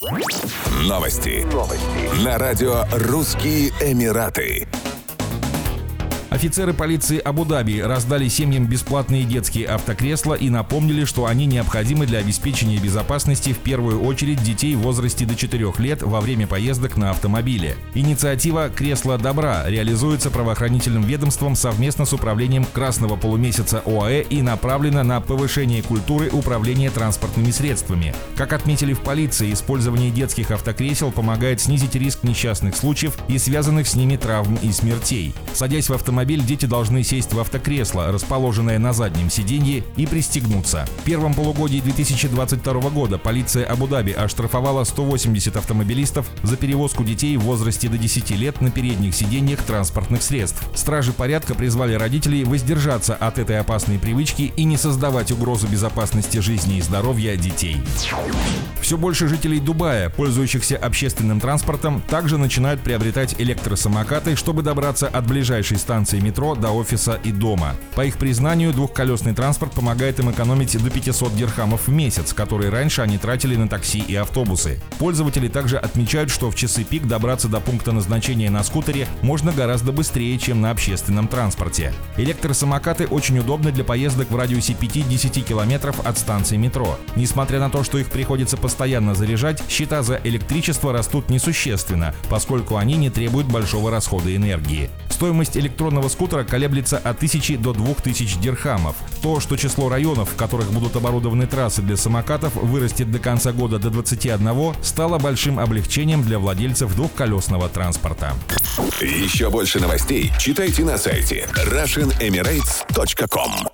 Новости. На радио «Русские Эмираты». Офицеры полиции Абу-Даби раздали семьям бесплатные детские автокресла и напомнили, что они необходимы для обеспечения безопасности в первую очередь детей в возрасте до 4 лет во время поездок на автомобиле. Инициатива «Кресло добра» реализуется правоохранительным ведомством совместно с управлением Красного полумесяца ОАЭ и направлена на повышение культуры управления транспортными средствами. Как отметили в полиции, использование детских автокресел помогает снизить риск несчастных случаев и связанных с ними травм и смертей. Садясь в автомобиль, дети должны сесть в автокресло, расположенное на заднем сиденье, и пристегнуться. В первом полугодии 2022 года полиция Абу-Даби оштрафовала 180 автомобилистов за перевозку детей в возрасте до 10 лет на передних сиденьях транспортных средств. Стражи порядка призвали родителей воздержаться от этой опасной привычки и не создавать угрозу безопасности жизни и здоровья детей. Все больше жителей Дубая, пользующихся общественным транспортом, также начинают приобретать электросамокаты, чтобы добраться от ближайшей станции метро до офиса и дома. По их признанию, двухколесный транспорт помогает им экономить до 500 дирхамов в месяц, которые раньше они тратили на такси и автобусы. Пользователи также отмечают, что в часы пик добраться до пункта назначения на скутере можно гораздо быстрее, чем на общественном транспорте. Электросамокаты очень удобны для поездок в радиусе 5-10 километров от станции метро. Несмотря на то, что их приходится постоянно заряжать, счета за электричество растут несущественно, поскольку они не требуют большого расхода энергии. Стоимость электронного скутера колеблется от 1000 до 2000 дирхамов. То, что число районов, в которых будут оборудованы трассы для самокатов, вырастет до конца года до 21, стало большим облегчением для владельцев двухколесного транспорта. Еще больше новостей читайте на сайте RussianEmirates.com.